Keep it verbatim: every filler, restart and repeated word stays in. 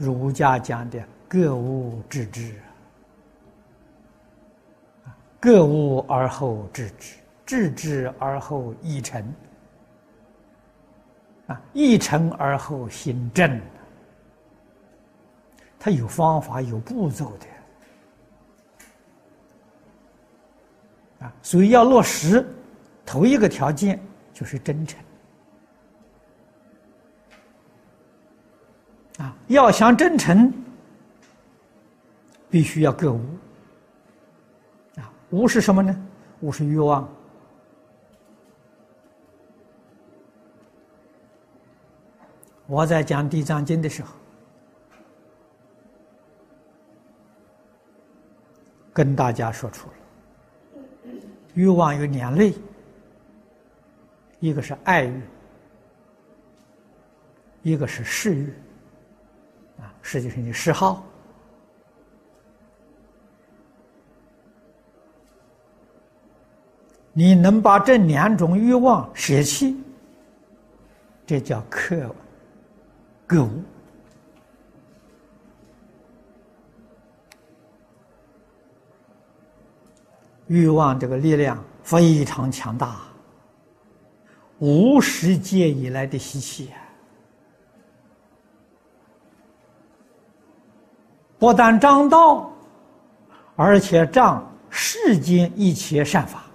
儒家讲的格物致知，格物而后致知，致知而后意诚，啊，意诚而后行正。它有方法，有步骤的。啊，所以要落实，头一个条件就是真诚。啊，要想真诚，必须要格物。啊，无是什么呢？无是欲望。我在讲《地藏经》的时候，跟大家说出了。欲望有两类，一个是爱欲，一个是嗜欲，啊，嗜就是你嗜好。你能把这两种欲望舍弃，这叫克格物。欲望这个力量非常强大，无始劫以来的习气啊！不但障道，而且障世间一切善法。